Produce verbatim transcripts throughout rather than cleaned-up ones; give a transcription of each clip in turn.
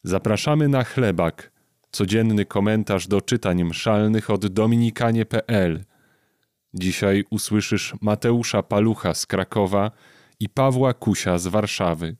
Zapraszamy na Chlebak, codzienny komentarz do czytań mszalnych od dominikanie kropka pe el. Dzisiaj usłyszysz Mateusza Palucha z Krakowa i Pawła Kusia z Warszawy.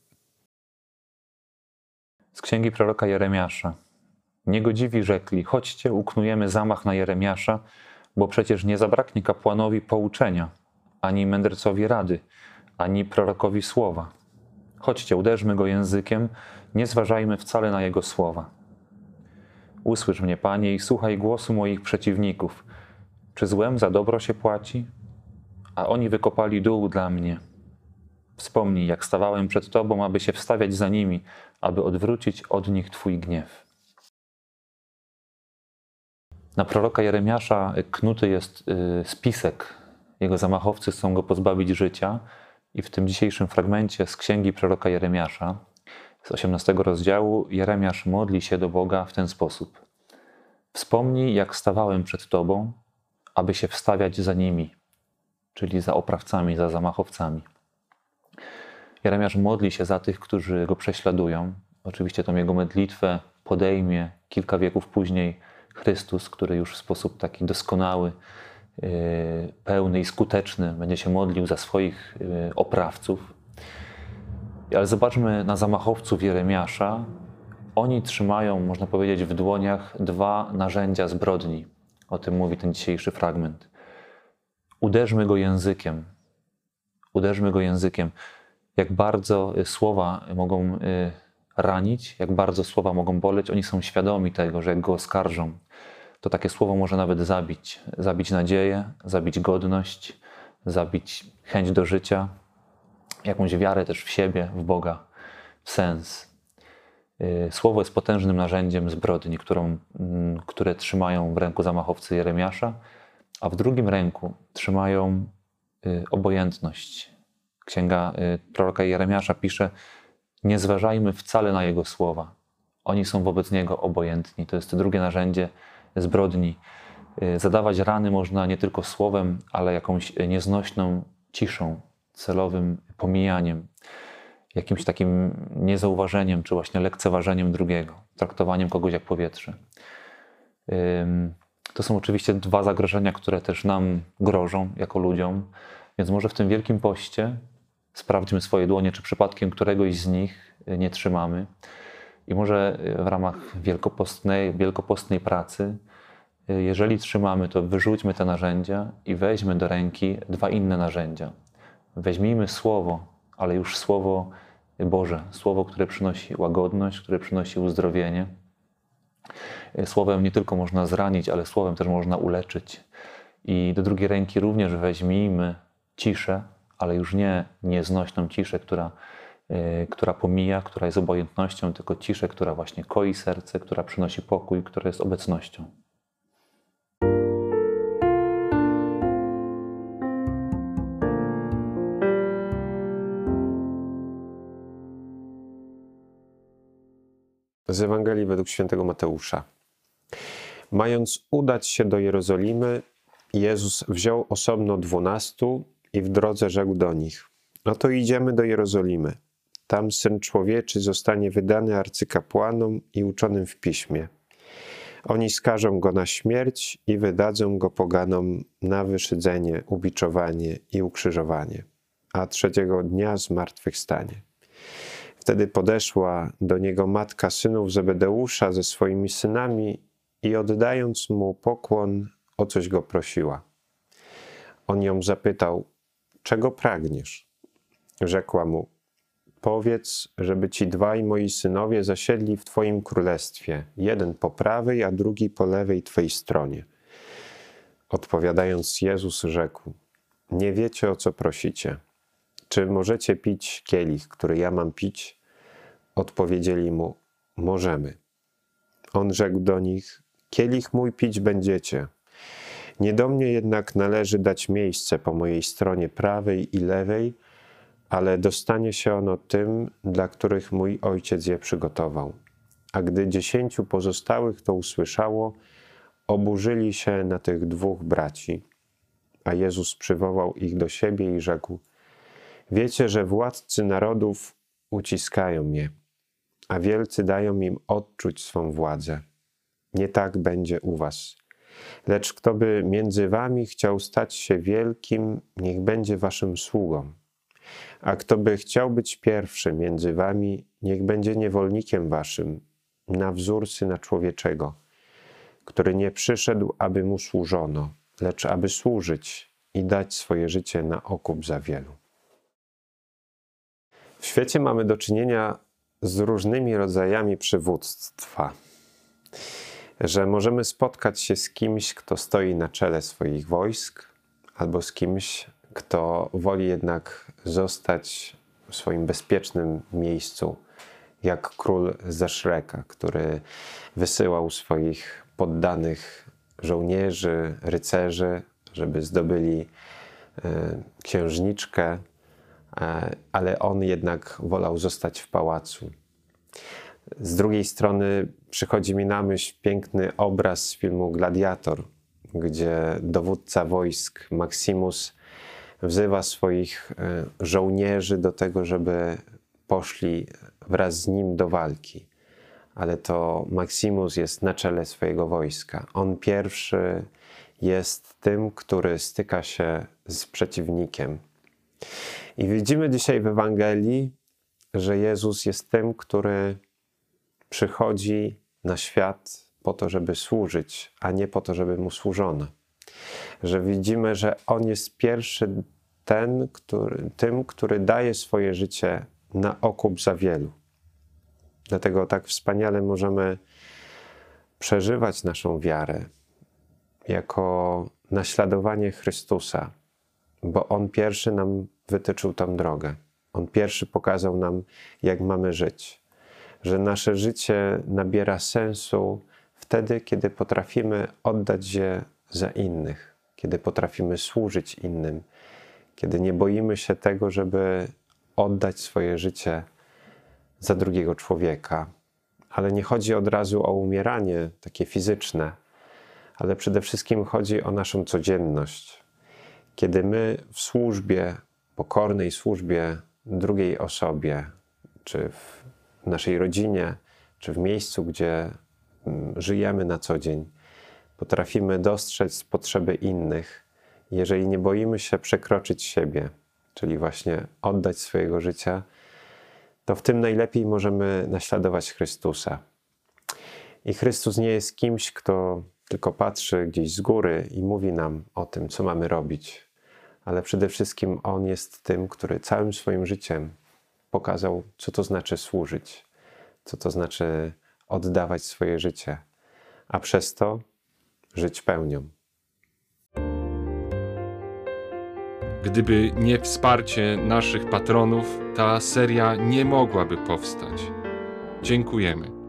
Z księgi proroka Jeremiasza. Niegodziwi rzekli: chodźcie, uknujemy zamach na Jeremiasza, bo przecież nie zabraknie kapłanowi pouczenia, ani mędrcowi rady, ani prorokowi słowa. Chodźcie, uderzmy go językiem, nie zważajmy wcale na jego słowa. Usłysz mnie, Panie, i słuchaj głosu moich przeciwników. Czy złem za dobro się płaci? A oni wykopali dół dla mnie. Wspomnij, jak stawałem przed Tobą, aby się wstawiać za nimi, aby odwrócić od nich Twój gniew. Na proroka Jeremiasza knuty jest spisek. Jego zamachowcy chcą go pozbawić życia i w tym dzisiejszym fragmencie z księgi proroka Jeremiasza, z osiemnastego rozdziału, Jeremiasz modli się do Boga w ten sposób. Wspomnij, jak stawałem przed Tobą, aby się wstawiać za nimi, czyli za oprawcami, za zamachowcami. Jeremiasz modli się za tych, którzy go prześladują. Oczywiście tą jego modlitwę podejmie kilka wieków później Chrystus, który już w sposób taki doskonały, pełny i skuteczny będzie się modlił za swoich oprawców. Ale zobaczmy na zamachowców Jeremiasza. Oni trzymają, można powiedzieć, w dłoniach dwa narzędzia zbrodni. O tym mówi ten dzisiejszy fragment. Uderzmy go językiem. Uderzmy go językiem. Jak bardzo słowa mogą ranić, jak bardzo słowa mogą boleć, oni są świadomi tego, że jak go oskarżą, to takie słowo może nawet zabić. Zabić nadzieję, zabić godność, zabić chęć do życia, jakąś wiarę też w siebie, w Boga, w sens. Słowo jest potężnym narzędziem zbrodni, którą, które trzymają w ręku zamachowcy Jeremiasza, a w drugim ręku trzymają obojętność. Księga proroka Jeremiasza pisze: nie zważajmy wcale na jego słowa. Oni są wobec niego obojętni. To jest drugie narzędzie zbrodni. Zadawać rany można nie tylko słowem, ale jakąś nieznośną ciszą, celowym pomijaniem, jakimś takim niezauważeniem, czy właśnie lekceważeniem drugiego, traktowaniem kogoś jak powietrze. To są oczywiście dwa zagrożenia, które też nam grożą jako ludziom, więc może w tym Wielkim Poście sprawdźmy swoje dłonie, czy przypadkiem któregoś z nich nie trzymamy. I może w ramach wielkopostnej, wielkopostnej pracy, jeżeli trzymamy, to wyrzućmy te narzędzia i weźmy do ręki dwa inne narzędzia. Weźmijmy Słowo, ale już Słowo Boże, Słowo, które przynosi łagodność, które przynosi uzdrowienie. Słowem nie tylko można zranić, ale Słowem też można uleczyć. I do drugiej ręki również weźmijmy ciszę, ale już nie nieznośną ciszę, która, yy, która pomija, która jest obojętnością, tylko ciszę, która właśnie koi serce, która przynosi pokój, która jest obecnością. Z Ewangelii według świętego Mateusza. Mając udać się do Jerozolimy, Jezus wziął osobno dwunastu i w drodze rzekł do nich: oto idziemy do Jerozolimy. Tam Syn Człowieczy zostanie wydany arcykapłanom i uczonym w piśmie. Oni skażą go na śmierć i wydadzą go poganom na wyszydzenie, ubiczowanie i ukrzyżowanie, a trzeciego dnia zmartwychwstanie. Wtedy podeszła do niego matka synów Zebedeusza ze swoimi synami i oddając mu pokłon, o coś go prosiła. On ją zapytał: czego pragniesz? Rzekła mu: powiedz, żeby ci dwaj moi synowie zasiedli w twoim królestwie, jeden po prawej, a drugi po lewej twej stronie. Odpowiadając, Jezus rzekł: nie wiecie, o co prosicie. Czy możecie pić kielich, który ja mam pić? Odpowiedzieli mu: możemy. On rzekł do nich: kielich mój pić będziecie. Nie do mnie jednak należy dać miejsce po mojej stronie prawej i lewej, ale dostanie się ono tym, dla których mój Ojciec je przygotował. A gdy dziesięciu pozostałych to usłyszało, oburzyli się na tych dwóch braci. A Jezus przywołał ich do siebie i rzekł: wiecie, że władcy narodów uciskają mnie, a wielcy dają im odczuć swą władzę. Nie tak będzie u was. Lecz kto by między wami chciał stać się wielkim, niech będzie waszym sługą. A kto by chciał być pierwszy między wami, niech będzie niewolnikiem waszym, na wzór Syna Człowieczego, który nie przyszedł, aby mu służono, lecz aby służyć i dać swoje życie na okup za wielu. W świecie mamy do czynienia z różnymi rodzajami przywództwa. Że możemy spotkać się z kimś, kto stoi na czele swoich wojsk, albo z kimś, kto woli jednak zostać w swoim bezpiecznym miejscu, jak król ze Szreka, który wysyłał swoich poddanych żołnierzy, rycerzy, żeby zdobyli księżniczkę, ale on jednak wolał zostać w pałacu. Z drugiej strony przychodzi mi na myśl piękny obraz z filmu Gladiator, gdzie dowódca wojsk Maximus wzywa swoich żołnierzy do tego, żeby poszli wraz z nim do walki. Ale to Maximus jest na czele swojego wojska. On pierwszy jest tym, który styka się z przeciwnikiem. I widzimy dzisiaj w Ewangelii, że Jezus jest tym, który przychodzi na świat po to, żeby służyć, a nie po to, żeby mu służono. Że widzimy, że On jest pierwszy ten, który, tym, który daje swoje życie na okup za wielu. Dlatego tak wspaniale możemy przeżywać naszą wiarę jako naśladowanie Chrystusa, bo On pierwszy nam wytyczył tą drogę. On pierwszy pokazał nam, jak mamy żyć. Że nasze życie nabiera sensu wtedy, kiedy potrafimy oddać się za innych, kiedy potrafimy służyć innym, kiedy nie boimy się tego, żeby oddać swoje życie za drugiego człowieka. Ale nie chodzi od razu o umieranie takie fizyczne, ale przede wszystkim chodzi o naszą codzienność. Kiedy my w służbie, pokornej służbie drugiej osobie, czy w naszej rodzinie, czy w miejscu, gdzie żyjemy na co dzień, potrafimy dostrzec potrzeby innych, jeżeli nie boimy się przekroczyć siebie, czyli właśnie oddać swojego życia, to w tym najlepiej możemy naśladować Chrystusa. I Chrystus nie jest kimś, kto tylko patrzy gdzieś z góry i mówi nam o tym, co mamy robić, ale przede wszystkim On jest tym, który całym swoim życiem pokazał, co to znaczy służyć, co to znaczy oddawać swoje życie, a przez to żyć pełnią. Gdyby nie wsparcie naszych patronów, ta seria nie mogłaby powstać. Dziękujemy.